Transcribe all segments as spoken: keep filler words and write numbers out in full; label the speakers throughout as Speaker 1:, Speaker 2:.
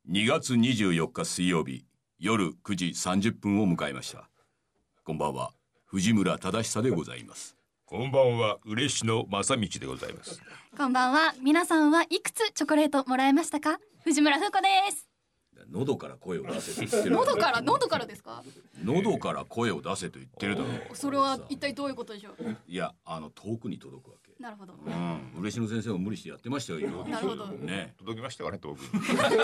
Speaker 1: にがつにじゅうよっか水曜日夜くじさんじゅっぷんを迎えました。こんばんは、藤村忠久でございます。
Speaker 2: こんばんは、嬉野正道でございます。
Speaker 3: こんばんは。皆さんはいくつチョコレートもらえましたか？藤村風子です。
Speaker 1: 喉から声を出せと言ってる。
Speaker 3: 喉から喉からですか？
Speaker 1: 喉から声を出せと言ってるだろう。
Speaker 3: それは一体どういうことでしょう？
Speaker 1: いや、あの遠くに届くわけ。
Speaker 3: なるほど。
Speaker 1: うん、嬉野先生も無理してやってましたよ。
Speaker 3: なるほど。
Speaker 1: ね、
Speaker 2: 届きましたかね、遠くに。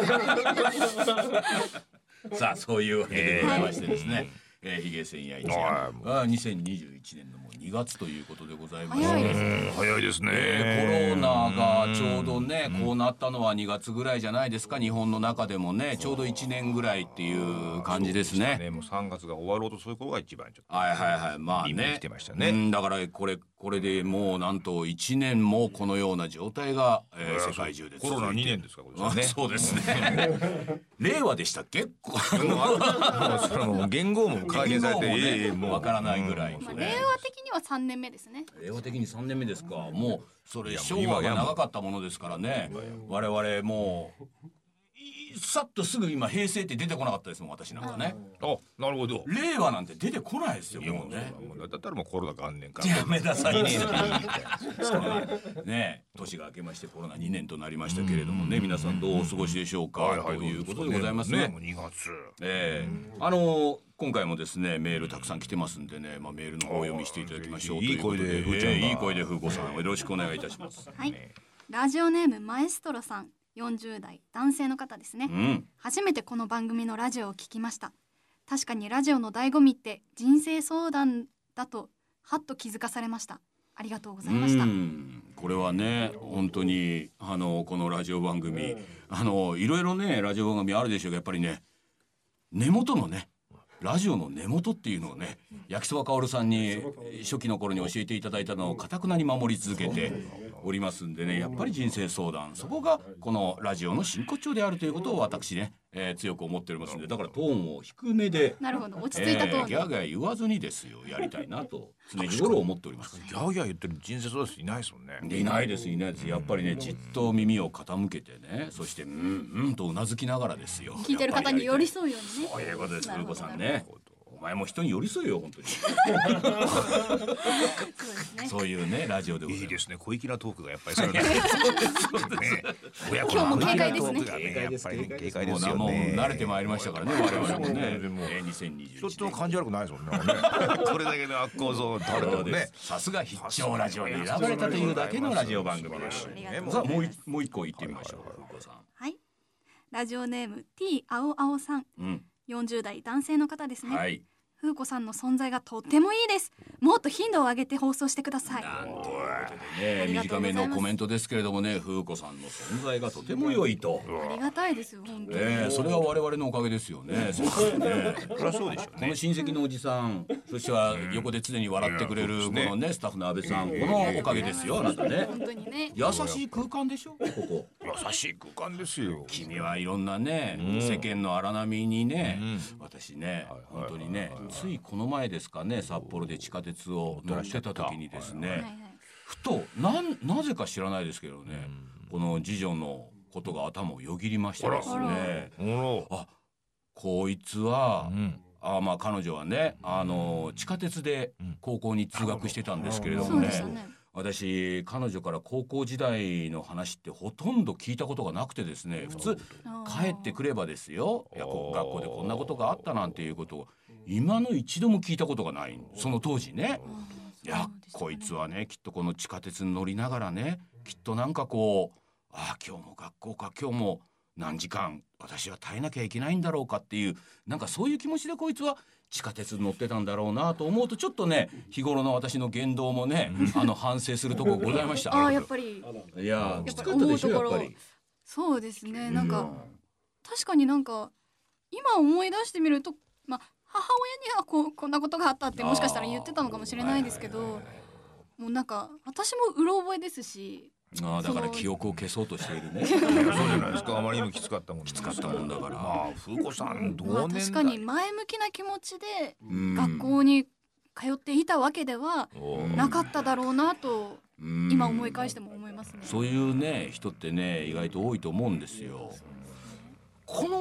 Speaker 1: さあ、そういうわけでございましてですね。えー、ヒゲ千夜一夜がにせんにじゅういちねんのもうにがつということでございます。
Speaker 3: 早いですね。
Speaker 2: 早いですね、
Speaker 1: えー、コロナがちょうどねこうなったのはにがつぐらいじゃないですか。日本の中でもねちょうどいちねんぐらいっていう感じですね。
Speaker 2: ね、もうさんがつが終わろうとそういう頃が一番ちょっと
Speaker 1: はいはいはい、まあね、
Speaker 2: 来てましたね。
Speaker 1: うん、だからこれこれでもうなんといちねんもこのような状態が、えー、世界中で続いて、
Speaker 2: コロナにねんですかこれね。
Speaker 1: そうですね。令和でしたっけ？
Speaker 2: もうそれも言語も改変されて、
Speaker 1: ええ、もうわからないぐらい、
Speaker 3: まあ、令和的にはさんねんめですね。
Speaker 1: 令和的にさんねんめですか。もうそれ昭和が長かったものですからね。我々もうさっとすぐ今平成って出てこなかったですもん、私なんかね。
Speaker 2: あ、なるほど。
Speaker 1: 令和なんて出てこないですよ、もうね。
Speaker 2: だったらもうコロナ元年から
Speaker 1: やめなさいね。ね、年が明けましてコロナにねんとなりましたけれどもね、皆さんどうお過ごしでしょうかということでございますね。
Speaker 2: もうにがつ、
Speaker 1: ええ、あの今回もですねメールたくさん来てますんでね、まあ、メールの方をお読みしていただきましょうということで、いい声で、えー、いい声で風子さんよろしくお願いいたします。
Speaker 3: はい、ラジオネームマエストロさん、よんじゅうだい男性の方ですね、
Speaker 1: うん、
Speaker 3: 初めてこの番組のラジオを聞きました。確かにラジオの醍醐味って人生相談だとはっと気づかされました。ありがとうございました。
Speaker 1: うん、これはね本当にあのこのラジオ番組、あのいろいろねラジオ番組あるでしょうが、やっぱりね根元のねラジオの根元っていうのをね焼きそばかおるさんに初期の頃に教えていただいたのを堅くなに守り続けておりますんでね、やっぱり人生相談、そこがこのラジオの真骨頂であるということを私ね、えー、強く思っておりますんで、だからトーンを低めで、
Speaker 3: なるほど、落ち着いたトーンで、
Speaker 1: えー、ギャーギャー言わずにですよやりたいなと常日頃思っております。
Speaker 2: ギャーギャー言ってる人生相談いないですもんね。
Speaker 1: いないですいないです。やっぱりねじっと耳を傾けてね、そしてうんうんとうなずきながらですよ、
Speaker 3: 聞いてる方に寄り添うようにね。
Speaker 1: そういうことです。風子さんね、お前も人に寄り添うよ本当に。
Speaker 3: そうですね。
Speaker 1: そういうねラジオでございます。
Speaker 2: いいですね、小粋なトークがやっぱりそれね。親子
Speaker 3: 今日も
Speaker 2: の
Speaker 3: 警戒ですね。
Speaker 2: やっぱり警戒ですよね。
Speaker 1: もう慣れてまいりましたからね我々もね。にせんにじゅういちねん
Speaker 2: 一つも感じ悪くないですもんね。これだけの悪行像垂れてもね。
Speaker 1: さすが必聴ラジオに選ばれたというだけのラジオ番組です。さあもうもう一個言ってみましょう。風子さん。
Speaker 3: はい。ラジオネーム T 青青さん、うん、よんじゅうだい男性の方ですね。はい。風子さんの存在がとってもいいです。もっと頻度を上げて放送してください。
Speaker 1: なんていうことでね、短めのコメントですけれどもね、風子さんの存在がとても良いと。
Speaker 3: ありがたいですよ本当に。
Speaker 1: えー、それは我々のおかげですよね。先生ね。
Speaker 2: そりゃそうでしょうね。
Speaker 1: この親戚のおじさん、そしては横で常に笑ってくれるこのねスタッフの安倍さん、このおかげですよあなたね。
Speaker 3: 本当にね。
Speaker 1: 優しい空間でしょここ。
Speaker 2: 優しい空間ですよ。
Speaker 1: 君はいろんなね、世間の荒波にね、私ね本当にね、ついこの前ですかね、札幌で地下鉄を乗ってた時にですね、ふとなんなぜか知らないですけどね、この次女のことが頭をよぎりましてですね、あ、こいつは、うん、あまあ彼女はね、あの地下鉄で高校に通学してたんですけれどもね、私彼女から高校時代の話ってほとんど聞いたことがなくてですね、普通帰ってくればですよ、いや学校でこんなことがあったなんていうことを今の一度も聞いたことがない。その当時ね、いやこいつはねきっとこの地下鉄に乗りながらね、きっとなんかこう、ああ今日も学校か、今日も何時間私は耐えなきゃいけないんだろうかっていう、なんかそういう気持ちでこいつは地下鉄に乗ってたんだろうなと思うと、ちょっとね日頃の私の言動もねあの反省するところございました。
Speaker 3: あやっぱり
Speaker 1: いやきつかったでしょやっぱり。
Speaker 3: そうですね、なんか確かになんか今思い出してみると、まあ母親にはこうこんなことがあったってもしかしたら言ってたのかもしれないですけど、もうなんか私もうろ覚えですし。
Speaker 1: あだから記憶を消そうとしているね。
Speaker 2: そうじゃないですか。あまりにもきつかったもん、
Speaker 1: きつかったもんだから。
Speaker 2: まあ風子さん同年代、
Speaker 3: まあ、確かに前向きな気持ちで学校に通っていたわけではなかっただろうなと今思い返しても思いますね。
Speaker 1: そういうね人ってね意外と多いと思うんですよ。この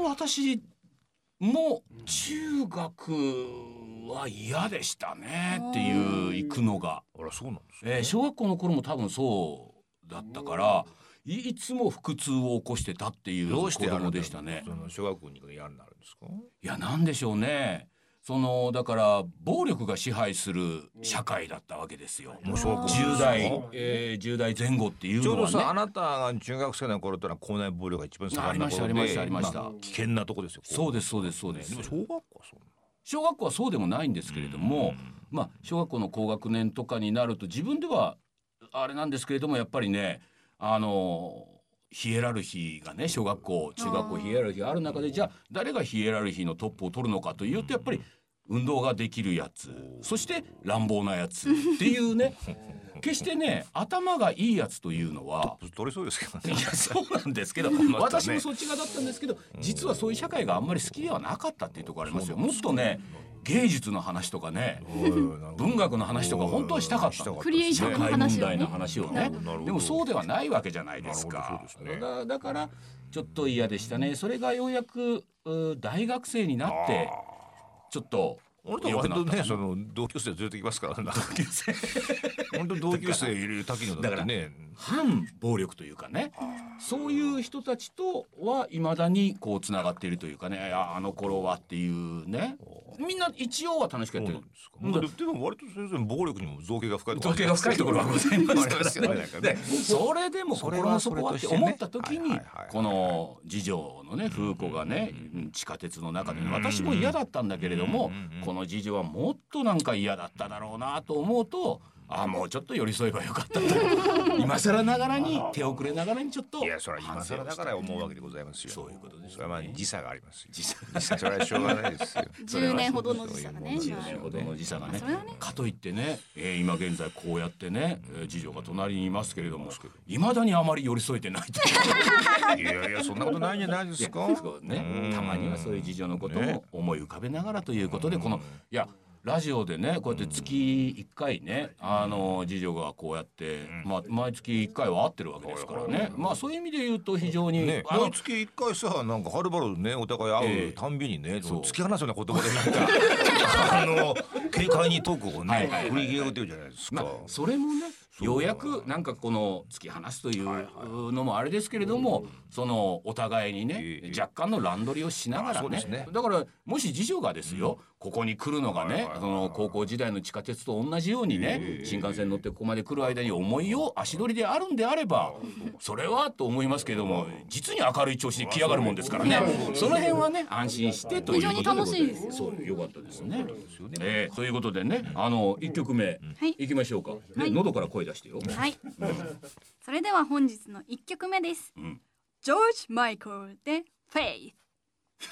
Speaker 1: 私も中学は嫌でしたねっていう行くのが。
Speaker 2: あらそうなんですね、
Speaker 1: えー、小学校の頃も多分そうだったからい, いつも腹痛を起こしてたっていう子供でしたね。
Speaker 2: その小学校に嫌になるんですか？
Speaker 1: いやなんでしょうね。そのだから暴力が支配する社会だったわけですよ。
Speaker 2: もう小学校
Speaker 1: じゅう代、えー、じゅう代前後っていうのはね。
Speaker 2: ちょうどさあなたが中学生の頃ってのは校内暴力が一番盛んな頃で、
Speaker 1: ありましたありましたありました、
Speaker 2: まあ、危険なとこですよ。
Speaker 1: そうですそうですそうです。
Speaker 2: でも小学校はそうなの？
Speaker 1: 小学校はそうでもないんですけれども、まあ小学校の高学年とかになると自分ではあれなんですけれどもやっぱりねあのヒエラルヒーがね小学校中学校ヒエラルヒーがある中でじゃあ誰がヒエラルヒーのトップを取るのかというとやっぱり運動ができるやつそして乱暴なやつっていうね決してね頭がいいやつというのは
Speaker 2: 取れそうですけどね。
Speaker 1: いやそうなんですけど私もそっち側だったんですけど実はそういう社会があんまり好きではなかったっていうところありますよ。もっとね芸術の話とかね文学の話とか本当はしたかった
Speaker 3: クリエイティブ
Speaker 1: 社会
Speaker 3: な話をね
Speaker 1: 問題の話をねでもそうではないわけじゃないですか。だ, だからちょっと嫌でしたね。それがようやく大学生になってちょっと
Speaker 2: 俺と割とねその同級生連れてきますからね。同級生本当同級生いる滝野だってね
Speaker 1: 反暴力というかねそういう人たちとはいまだにこうつながっているというかねあの頃はっていうねみんな一応は楽しくやってるんですか。
Speaker 2: うん、でも割と先生暴力にも造形が深いところ
Speaker 1: 造形が深いところはございますからね。でそれでも心の底はって思った時にこの次女のね風子がね地下鉄の中で私も嫌だったんだけれどもこの次女はもっとなんか嫌だっただろうなと思うとあもうちょっと寄り添えばよかったと今更ながらに手遅れながらにちょっと
Speaker 2: いやそれは今更だから思うわけでございますよ。
Speaker 1: そういうことです、ね、
Speaker 2: それはまあ時差がありますよ。
Speaker 1: 時差
Speaker 2: 時差それはしょうがないですよ。
Speaker 3: じゅうねんほどの時差がね
Speaker 1: じゅうねんほどの時差がね、
Speaker 3: まあね
Speaker 1: かといってね、えー、今現在こうやってね、えー、次女が隣にいますけれどもいまだにあまり寄り添えてないというい
Speaker 2: やいやそんなことないんじゃないですか。
Speaker 1: そうねたまにはそういう次女のことも思い浮かべながらということでこのいやラジオでねこうやって月いっかいねあの次女がこうやって、まあ、毎月いっかいは会ってるわけですからねまあそういう意味で言うと非常に、
Speaker 2: ね、毎月いっかいさなんかはるばるねお互い会うたんびにね、えー、突き放すような言葉でなんかあの軽快にトークをね繰り広げてるじゃないですか、まあ、
Speaker 1: それもねようやくなんかこの突き放すというのもあれですけれどもそのお互いにね若干の乱取りをしながら ね, ねだからもし次女がですよ、うん、ここに来るのがねその高校時代の地下鉄と同じようにね新幹線乗ってここまで来る間に思いを足取りであるんであればそれはと思いますけれども実に明るい調子で来やがるもんですからねその辺はね安心してということで
Speaker 3: 非常に楽しいですよ。
Speaker 1: そうよかったですね、えー、ということでねあのいっきょくめ、はい、いきましょうか、ねはい、喉から声出してよ。
Speaker 3: はい、うん、それでは本日のいっきょくめです、うん、ジョージ・マイケルでフェイス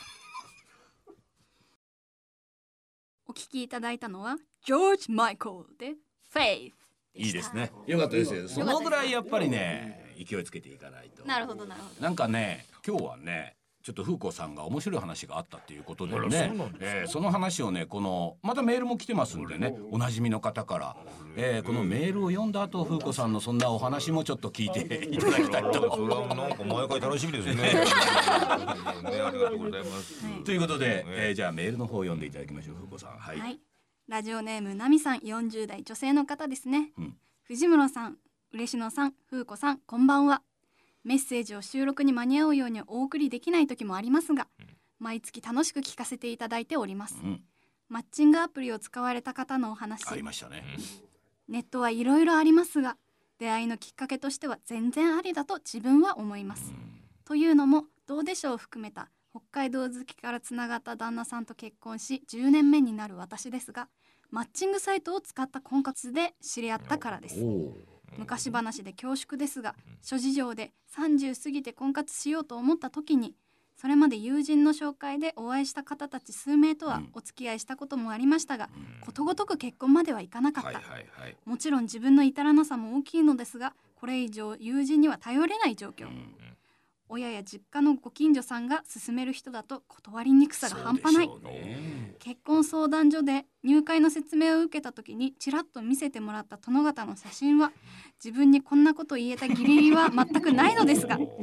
Speaker 3: お聞きいただいたのはジョージ・マイケルでフェイス
Speaker 1: いいですねよかったですよ。そのぐらいやっぱりね勢いつけていかないと。
Speaker 3: なるほどなるほど。
Speaker 1: なんかね今日はねちょっと風子さんが面白い話があったということでねそ, えー、その話をねこのまたメールも来てますんでねおなじみの方から、えー、このメールを読んだ後風子さんのそんなお話もちょっと聞いていただきたいと
Speaker 2: それはなんか毎回楽しみですねねありがとうございます、
Speaker 1: はい、ということで、えー、じゃあメールの方を読んでいただきましょう風子さん、はい、
Speaker 3: はい、ラジオネームなみさんよんじゅう代女性の方ですね、
Speaker 1: うん、
Speaker 3: 藤室さん嬉野さん風子さんこんばんは。メッセージを収録に間に合うようにお送りできない時もありますが、うん、毎月楽しく聞かせていただいております、うん、マッチングアプリを使われた方のお話
Speaker 1: ありましたね。
Speaker 3: ネットはいろいろありますが出会いのきっかけとしては全然ありだと自分は思います、うん、というのもどうでしょうを含めた北海道好きからつながった旦那さんと結婚しじゅうねんめになる私ですがマッチングサイトを使った婚活で知り合ったからです。昔話で恐縮ですが諸事情でさんじゅう過ぎて婚活しようと思った時にそれまで友人の紹介でお会いした方たち数名とはお付き合いしたこともありましたが、うん、ことごとく結婚まではいかなかった、はいはいはい、もちろん自分の至らなさも大きいのですがこれ以上友人には頼れない状況、うん、親や実家のご近所さんが勧める人だと断りにくさが半端ない、ね、結婚相談所で入会の説明を受けた時にちらっと見せてもらった殿方の写真は自分にこんなこと言えた義理は全くないのですが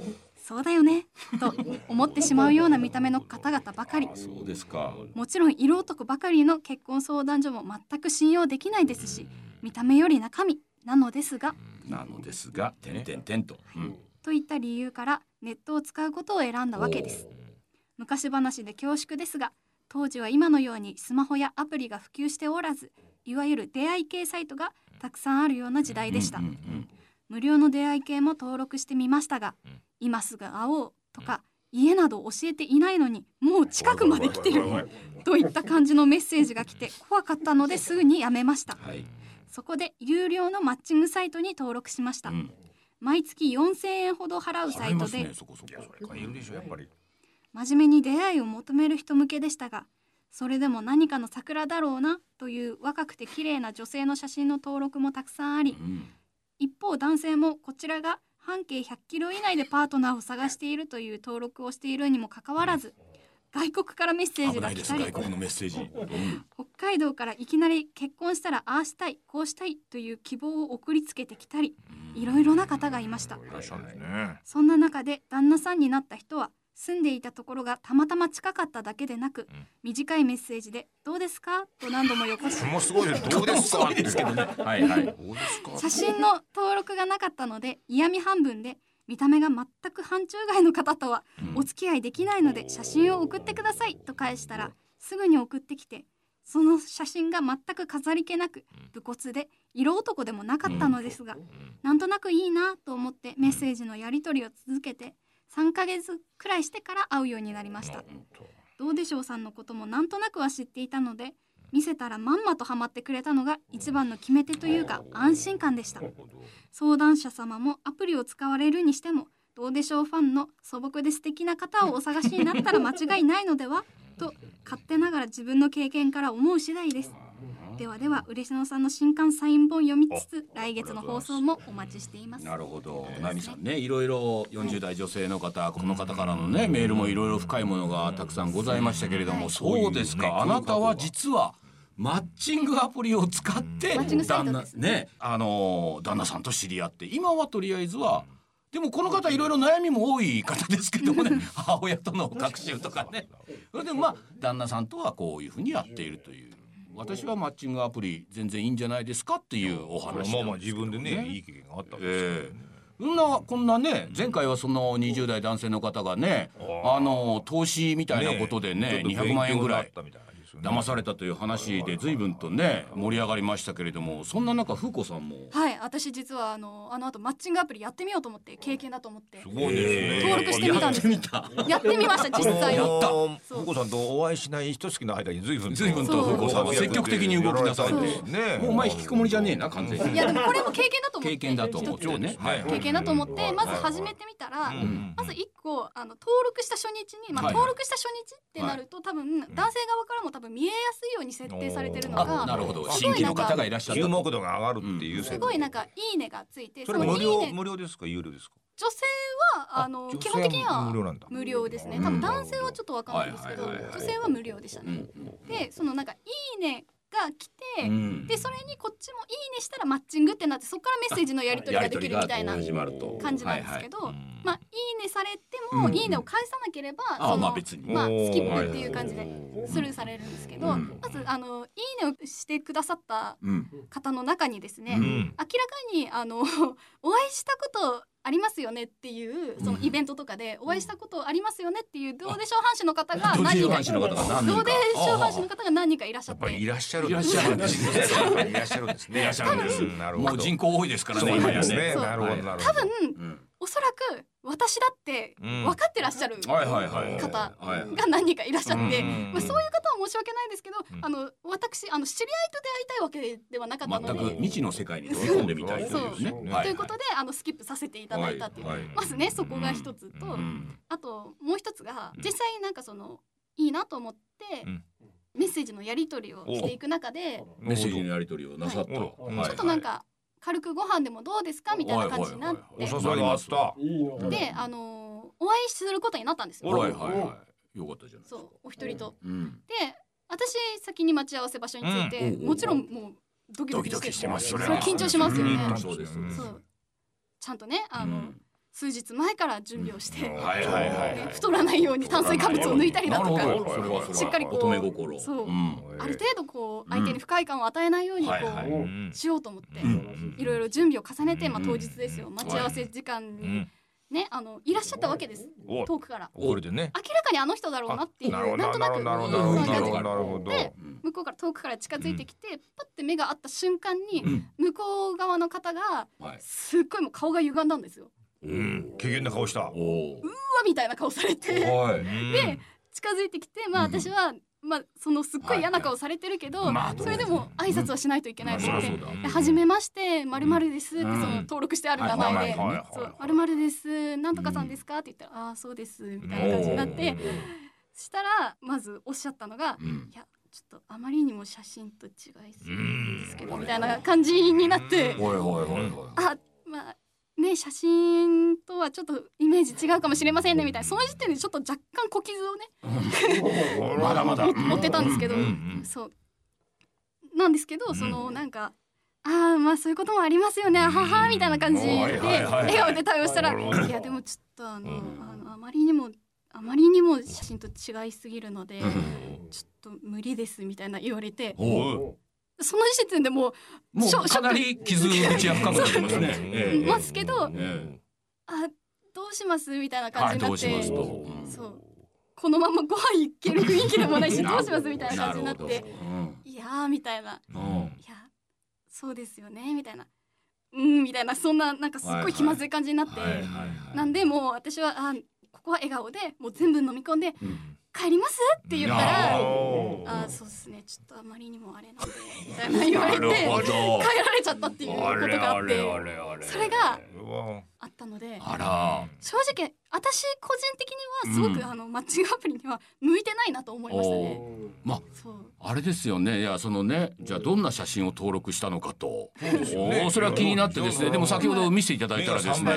Speaker 3: そうだよねと思ってしまうような見た目の方々ばかり。
Speaker 1: そうですか。
Speaker 3: もちろん色男ばかりの結婚相談所も全く信用できないですし、見た目より中身なのですが
Speaker 1: なのですが点々点と、うん、
Speaker 3: といった理由からネットを使うことを選んだわけです。昔話で恐縮ですが、当時は今のようにスマホやアプリが普及しておらず、いわゆる出会い系サイトがたくさんあるような時代でした。
Speaker 1: うんうんうん、
Speaker 3: 無料の出会い系も登録してみましたが、今すぐ会おうとか家など教えていないのにもう近くまで来てるといった感じのメッセージが来て怖かったのですぐにやめました。
Speaker 1: はい、
Speaker 3: そこで有料のマッチングサイトに登録しました。うん、毎月よんせんえんほど払うサイトで、真面目に出会いを求める人向けでしたが、それでも何かの桜だろうなという若くて綺麗な女性の写真の登録もたくさんあり、うん、一方男性もこちらが半径ひゃっキロ以内でパートナーを探しているという登録をしているにもかかわらず、外国からメッセージが来たり、
Speaker 1: 外国のメッセージ、うん、
Speaker 3: 北海道からいきなり結婚したらああしたいこうしたいという希望を送りつけてきたり、いろいろな方がいました。そんな中で旦那さんになった人は住んでいたところがたまたま近かっただけでなく、うん、短いメッセージでどうですかと何度もよこし
Speaker 2: もうすごいですどうですかですけどねはいはい、
Speaker 3: 写真の登録がなかったので嫌味半分で、見た目が全く範疇外の方とはお付き合いできないので写真を送ってくださいと返したら、すぐに送ってきて、その写真が全く飾り気なく武骨で色男でもなかったのですが、なんとなくいいなと思ってメッセージのやり取りを続けてさんかげつくらいしてから会うようになりました。どうでしょうさんのこともなんとなくは知っていたので、見せたらまんまとハマってくれたのが一番の決め手というか安心感でした。相談者様もアプリを使われるにしても、どうでしょうファンの素朴で素敵な方をお探しになったら間違いないのではと勝手ながら自分の経験から思う次第です。ではでは嬉野さんの新刊サイン本読みつつ、来月の放送もお待ちしています。
Speaker 1: なるほど、なみさんね、いろいろよんじゅう代女性の方、この方からのねメールもいろいろ深いものがたくさんございましたけれども、はい、そうですか、あなたは実はマッチングアプリを使って旦那ね、あの旦那さんと知り合って、今はとりあえずは、でもこの方いろいろ悩みも多い方ですけどもね母親との学習とかね、それでまあ旦那さんとはこういうふうにやっているという、私はマッチングアプリ全然いいんじゃないですかっていうお話、
Speaker 2: まあまあ自分でねいい経験があったんですけどね、
Speaker 1: えー、そんなこんなね、前回はそのにじゅう代男性の方がね、あの投資みたいなことでねにひゃくまんえんぐらい騙されたという話で随分とね盛り上がりましたけれども、そんな中風子さんも、
Speaker 3: はい、私実はあのあの後マッチングアプリやってみようと思って、経験だと思って
Speaker 2: すごいですね、
Speaker 3: 登録してみたんです。やってみました実際に。
Speaker 1: やった
Speaker 2: 風子さんとお会いしない一月の間に随分
Speaker 1: 随分と風子さんは積極的に動き出されて、ね、もうお前引きこもりじゃねえな完全に。
Speaker 3: いやでもこれも経験だと思って、
Speaker 1: 経験だと思ってね、
Speaker 3: はい、経験だと思ってまず始めてみたら、はい、まずいっこあの登録した初日に、まあ、登録した初日ってなると、はい、多分男性側からも多分見えやすいように設定されてるのが、
Speaker 1: なるほど、新規の方がいらっしゃる、
Speaker 2: 注目度が上がるっていう、
Speaker 3: すごいなんかいいねがついて、
Speaker 2: それ無料無料ですか有料ですか？
Speaker 3: 女性はあの基本的には無料ですね。多分男性はちょっとわかんないですけど、女性は無料でしたね。でそのなんかいいねが来て、うん、でそれにこっちもいいねしたらマッチングってなって、そこからメッセージのやり取りができるみたいな感じなんですけど、まあいいねされても、うん、いいねを返さなければ、そのまあ別に、まあ、スキップっていう感じでスルーされるんですけど、うん、まずあのいいねをしてくださった方の中にですね、うん、明らかにあのお会いしたことありますよねっていう、そのイベントとかでお会いしたことありますよねっていうどうでしょう藩士の方が何人か、どうでしょう藩士の方が何人かいらっしゃって、
Speaker 2: いらっしゃるんですね。いらっしゃるんですね。
Speaker 1: もう人口多いですからね今やね。
Speaker 2: なるほどなるほど。
Speaker 3: 多分おそらく私だって分かってらっしゃる方が何人かいらっしゃって、まあそういう方は申し訳ないですけど、あの私あの知り合いと出会いたいわけではなかったので、
Speaker 1: 全く未知の世界に飛び込んでみたいというね。
Speaker 3: ということであのスキップさせていただいたっていう、まずねそこが一つと、あともう一つが実際なんかそのいいなと思ってメッセージのやり取りをしていく中で、
Speaker 1: メッセージのやり取りをなさった、ち
Speaker 3: ょっとなんか軽くご飯でもどうですかみたいな感じになって、
Speaker 2: お誘いがあった。
Speaker 3: で、あのお会いすることになったんですよ。
Speaker 1: はいはいはい。よかったじゃない。
Speaker 3: そう、お一人と。で、私先に待ち合わせ場所に着いて、もちろんもうドキドキしてます。それは緊張しますよね。そうです。そう。ちゃんとね、あの数日前から準備をして、
Speaker 1: はいはいはい、
Speaker 3: 太らないように炭水化物を抜いたりだとか、しっかりこう、そう、うん、ある程度こう相手に不快感を与えないようにこうしようと思って、いろいろ準備を重ねて、まあ当日ですよ、待ち合わせ時間にね、あのいらっしゃったわけです。遠くから
Speaker 2: これでね、
Speaker 3: 明らかにあの人だろうなっていう、なんとなく
Speaker 2: なるほどなるほど。
Speaker 3: で向こうから遠くから近づいてきて、パッて目が合った瞬間に向こう側の方がすっごいもう顔が歪んだんですよ。
Speaker 2: うん、怪げな顔した。うわ
Speaker 3: みたいな顔されて、で近づいてきて、まあ私はまあそのすっごい嫌な顔されてるけど、それでも挨拶はしないといけないと思って、はじめまして〇〇ですってその登録してある名前で、〇〇ですなんとかさんですかって言ったら、ああそうですみたいな感じになって、したらまずおっしゃったのが、いやちょっとあまりにも写真と違いすぎるんですけどみたいな感じになって、あまあね、写真とはちょっとイメージ違うかもしれませんねみたいな、その時点でちょっと若干小傷をね
Speaker 1: まだまだ
Speaker 3: 持ってたんですけど、そうなんですけど、そのなんかああまあそういうこともありますよね、ははみたいな感じで笑顔で対応したら、いやでもちょっとあのあのあまりにもあまりにも写真と違いすぎるのでちょっと無理ですみたいな言われて、その時点でもう
Speaker 1: もうかなり傷口が深くなってますね。
Speaker 3: ますけど、あどうしますみたいな感じになって、そうこのままご飯行ける雰囲気でもないしどうしますみたいな感じになって、いやーみたいな、いやそうですよねみたいな、うんみたいな、そんななんかすっごい気まずい感じになって、なんでもう私はあここは笑顔でもう全部飲み込んで、帰りますって言ったら、あそうですねちょっとあまりにもあれなんでみたいな言われて帰られちゃったっていうことがあって、それがあったので、
Speaker 1: あら
Speaker 3: 正直私個人的にはすごく、うん、あのマッチングアプリには向いてないなと思いましたね。
Speaker 1: まああれですよね。いやそのね、じゃあどんな写真を登録したのかと、おそれは気になってですね。でも先ほど見せていただいたらですね、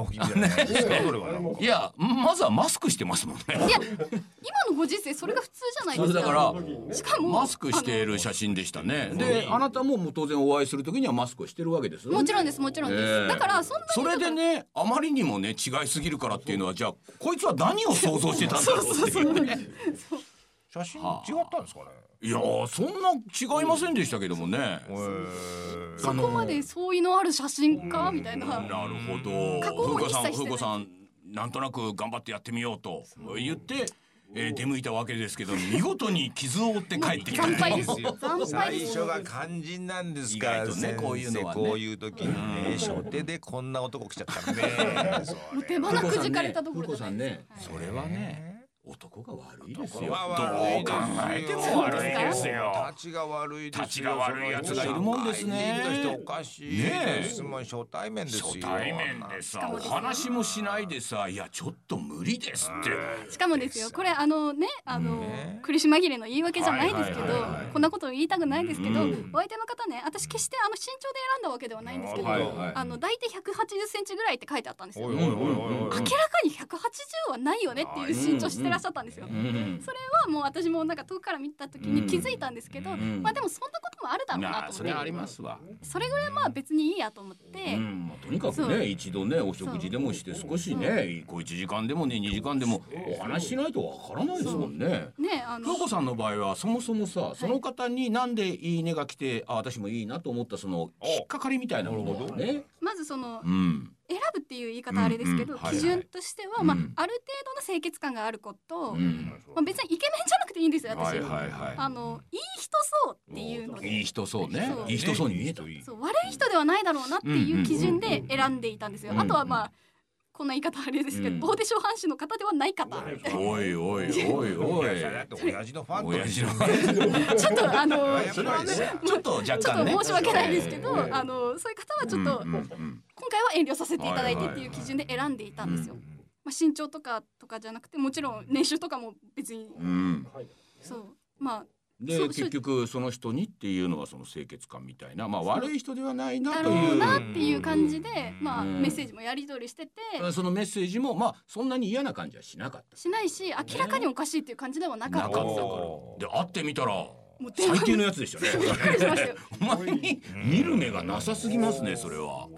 Speaker 1: いやまずはマスクしてますもんね。いや今
Speaker 3: のご時世それが普通じゃないですか。
Speaker 1: だからしかもマスクしている写真でしたね。であなたも当然お会いする時にはマスクをしてるわけです。
Speaker 3: もちろんですもちろんです、えー、だからそんなに
Speaker 1: それでね、あまりにもね違いすぎるからっていうのは、じゃあこいつは何を想像してたんだろうっていうね。
Speaker 2: 写真違ったんですかね。
Speaker 1: いやそんな違いませんでしたけどもね。
Speaker 3: そこまで相違のある写真かみたいな。
Speaker 1: なるほど。風子さん風子さんなんとなく頑張ってやってみようと言ってえー、出向いたわけですけど、見事に傷を負って帰ってきた。
Speaker 2: 最初が肝心なんですから、ね、こういうのはね、こういう時にね、初手でこんな男来ちゃったね。
Speaker 3: もう手放くじかれたところ
Speaker 1: じゃないですか。それはね、男が悪いですよ。どう考えて
Speaker 2: も悪いですよ。立ちが悪いですよ。
Speaker 1: 立ちが悪いやつがいるもんですね。
Speaker 2: おかしいですもん。初対面ですよ。
Speaker 1: 初対面でさ、お話もしないでさ、いやちょっと無理ですって。
Speaker 3: しかもですよ、これあのね、あの苦し紛れの言い訳じゃないですけど、こんなことを言いたくないですけど、お相手の方ね、私決してあの身長で選んだわけではないんですけど、あの大体ひゃくはちじゅっセンチぐらいって書いてあったんですよ。明らかにひゃくはちじゅうはないよねっていう身長してらっしゃったんですよ。それはもう私もなんか遠くから見た時に気づいたんですけど、まあでもそんなこともあるだろうなと思って、
Speaker 1: それありますわ。
Speaker 3: それぐらいまあ別にいいやと思って、
Speaker 1: とにかくね一度ねお食事でもして少しねこういちじかんでもねにじかんでもお話しないとわからないですもんね。
Speaker 3: ね、あの
Speaker 1: 風子さんの場合はそもそもさ、その方になんでいいねが来て、あ私もいいなと思ったその引っかかりみたいなものがね、
Speaker 3: まずその、うん選ぶっていう言い方あれですけど、基準としては、まあ、ある程度の清潔感があること、まあ、別にイケメンじゃなくていいんですよ私。あのいい人そうっていうので、
Speaker 1: いい人そうね、いい人そうに見えた、悪
Speaker 3: い人ではないだろうなっていう基準で選んでいたんですよ。あとはまあこんな言い方あれですけど、ボーデショー藩士の方ではない方みたいな。
Speaker 1: おいおいおいおい。
Speaker 2: 親父のファン親父の。
Speaker 3: ちょっとあの
Speaker 1: ちょっと若干ね。
Speaker 3: ちょっと申し訳ないですけど、あのそういう方はちょっと今回は遠慮させていただいてっていう基準で選んでいたんですよ。まあ身長とかとかじゃなくて、もちろん年収とかも別に。そうまあ。
Speaker 1: で結局その人にっていうのはその清潔感みたいな、まあ悪い人ではないなという
Speaker 3: だろうなっていう感じで、まあメッセージもやり取りしてて、
Speaker 1: そのメッセージもまあそんなに嫌な感じはしなかった。
Speaker 3: しないし、明らかにおかしいっていう感じではなかった。なかったから。
Speaker 1: で会ってみたら最低のやつでしたね。お前に見る目がなさすぎますねそれは。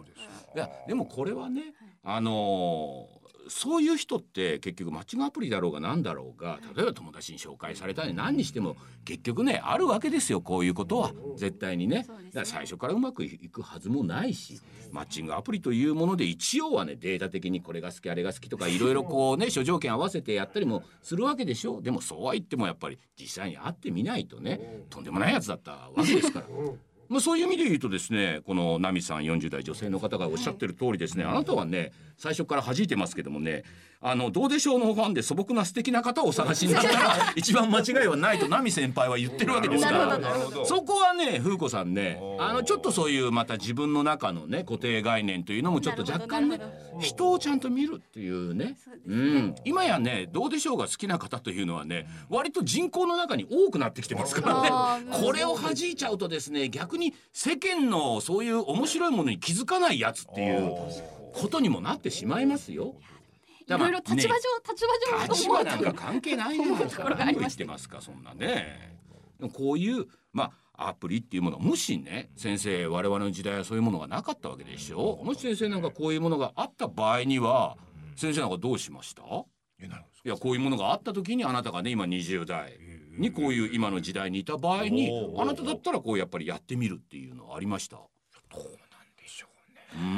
Speaker 1: いやでもこれはね、あのーそういう人って結局マッチングアプリだろうが何だろうが、例えば友達に紹介されたり何にしても結局ねあるわけですよ、こういうことは絶対にね。だから最初からうまくいくはずもないし、マッチングアプリというもので一応はねデータ的にこれが好きあれが好きとかいろいろこうね諸条件合わせてやったりもするわけでしょ。でもそうは言ってもやっぱり実際に会ってみないとね、とんでもないやつだったわけですから。まあ、そういう意味で言うとですね、このナミさんよんじゅう代女性の方がおっしゃってる通りですね、あなたはね最初から弾いてますけどもね、あのどうでしょうのファンで素朴な素敵な方をお探しになったら一番間違いはないとナミ先輩は言ってるわけですから、そこはね風子さんね、あのちょっとそういうまた自分の中のね固定概念というのもちょっと若干ね人をちゃんと見るっていうね、うん、今やねどうでしょうが好きな方というのはね割と人口の中に多くなってきてますからね、これを弾いちゃうとですね逆に世間のそういう面白いものに気づかないやつっていうことにもなってしまいますよ。
Speaker 3: いろいろ立場上、ね、立場上
Speaker 1: 立場なんか関係ないじゃないですか。何を言ってますかそんなね。こういうまあアプリっていうものもしね先生我々の時代はそういうものがなかったわけでしょ。もし先生なんかこういうものがあった場合には先生なんかどうしました？いやこういうものがあった時にあなたがね今にじゅう代にこういう今の時代にいた場合にあなただったらこうやっぱりやってみるっていうのはありました？ど
Speaker 2: うなんでしょうね。
Speaker 1: うん。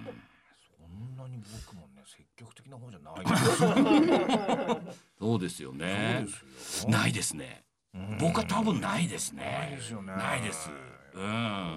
Speaker 2: そんなに僕もね積極的な方じゃないです
Speaker 1: そうですよね。そうですよ。ないですね。僕は多分ないですね。
Speaker 2: ないですよね。
Speaker 1: ないです。うん。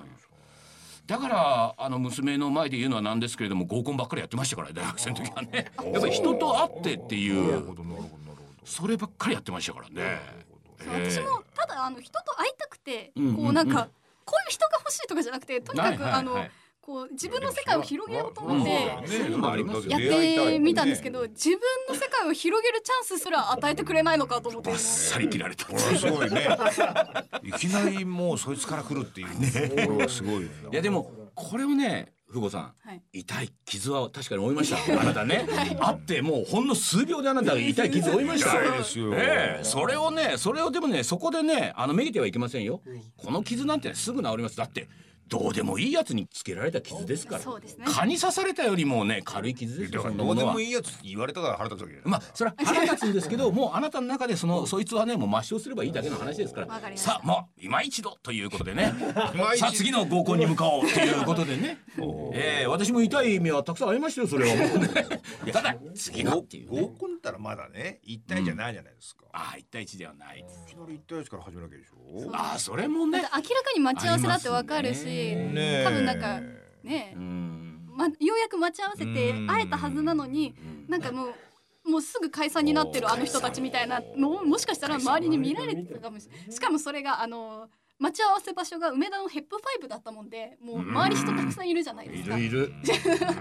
Speaker 1: だからあの娘の前で言うのはなんですけれども合コンばっかりやってましたから大学生の時はね。やっぱり人と会ってっていうそればっかりやってましたからね。
Speaker 3: 私もただあの人と会いたくてこうなんかこういう人が欲しいとかじゃなくてとにかくあのこう自分の世界を広げようと思ってやってみたんですけど、自分の世界を広げるチャンスすら与えてくれないのかと思って
Speaker 1: バッサリ切られた。
Speaker 2: すごいね。いきなりもうそいつから来るっていうね。すごい。い
Speaker 1: やでもこれをね風子さん、はい、痛い傷は確かに負いましたあなたね、はい、あってもうほんの数秒であなたが痛い傷を負いました。
Speaker 2: 痛いですよ、
Speaker 1: えー、それをねそれをでもねそこでねあのめげてはいけませんよ、はい、この傷なんて、ね、すぐ治ります。だってどうでもいいやつにつけられた傷ですから。
Speaker 3: そうですね。
Speaker 1: 蚊に刺されたよりもね軽い傷ですよ。
Speaker 2: どうでもいいやつって言われたから腹立つわけ。
Speaker 1: まあそれは腹立つんですけどもうあなたの中でそのそいつはねもう抹消すればいいだけの話ですから。さあもう今一度ということでねさあ次の合コンに向かおうということでねえー、私も痛い目はたくさんありましたよそれはもうねただ次のっていうね
Speaker 2: 合コンだったらまだね一対じゃないじゃないですか、
Speaker 1: うん、ああ一対一ではない。
Speaker 2: いきなり一対一から始めなきゃでしょ。
Speaker 1: ああそれもね
Speaker 3: 明らかに待ち合わせだってわかるし、ね、多分なんかね、うんま、ようやく待ち合わせて会えたはずなのになんかもうもうすぐ解散になってるあの人たちみたいなのをもしかしたら周りに見られてたかもしれない。しかもそれがあの待ち合わせ場所が梅田のヘップファイブだったもんでもう周り人たくさんいるじゃないですか。
Speaker 1: いるいる、うん、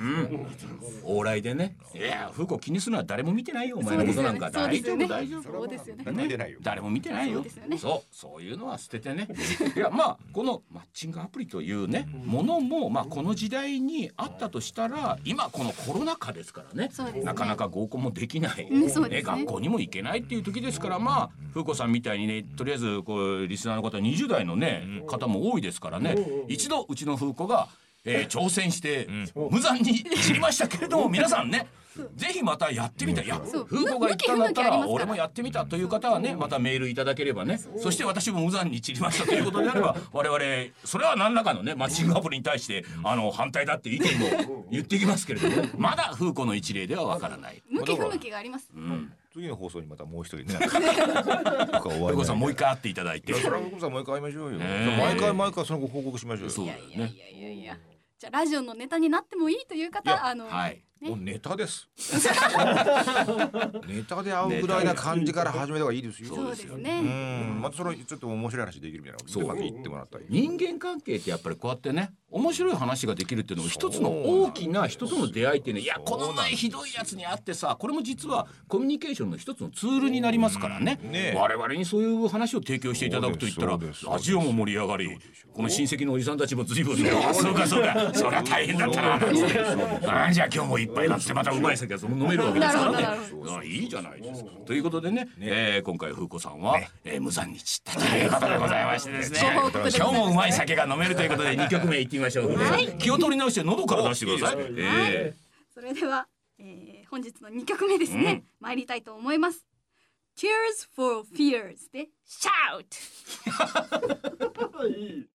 Speaker 1: 往来でね。いや風子気にするのは誰も見てないよお前のことなんか。大丈夫大丈夫。
Speaker 3: そうですよね。
Speaker 1: 誰も見てないよ。そうそういうのは捨ててね。いやまあこのマッチングアプリというねものもまあこの時代にあったとしたら今このコロナ禍ですからねなかなか合コンもできない、ねね、学校にも行けないっていう時ですからまあ風子さんみたいにねとりあえずこうリスナーの方にじゅう代のね方も多いですからね一度うちの風子が、えー、挑戦して無残に散りましたけれども皆さんねぜひまたやってみたいや風子が言ったんだったら俺もやってみたという方はねまたメールいただければねそして私も無残に散りましたということであれば我々それは何らかのねマッチングアプリに対してあの反対だっていう意見も言っていきますけれども、ね、まだ風子の一例ではわからない。
Speaker 3: 向き不向きがあります、
Speaker 2: うん次の放送にまたもう一人ね
Speaker 1: 風子さんもう一回会っていただいて
Speaker 2: それは風子さんもう一回会いましょうよ、えー、毎回毎回その後報告しましょうよ。
Speaker 1: そうだよね。いやいやいやいや
Speaker 3: じゃあラジオのネタになってもいいという方あの、
Speaker 1: はい
Speaker 2: ね、もうネタですネタで会うぐらいな感じから始めた方がいいですよ。
Speaker 3: そうですね。
Speaker 2: うんまたそれちょっと面白い話できるみたいな
Speaker 1: そう
Speaker 2: また言ってもらったり
Speaker 1: 人間関係ってやっぱりこうやってね面白い話ができるっていうのも一つの大きな人との出会いってねいやこの前ひどいやつに会ってさこれも実はコミュニケーションの一つのツールになりますからね、ね我々にそういう話を提供していただくといったらラジオも盛り上がりこの親戚のおじさんたちも随分ねあそうかそうかそりゃ大変だったなあじゃあ今日もいっぱいなってまたうまい酒が飲めるわけですからねいいじゃないですか。ということでね、ねえー、今回風子さんは、ねえー、無残に散ったということでございましてですね今日もうまい酒が飲めるということでにきょくめいってみましょう。
Speaker 3: はい、
Speaker 1: 気を取り直して喉から出してください。え
Speaker 3: ー、それでは、えー、本日のにきょくめですね、うん、参りたいと思います。Tears for Fears で Shout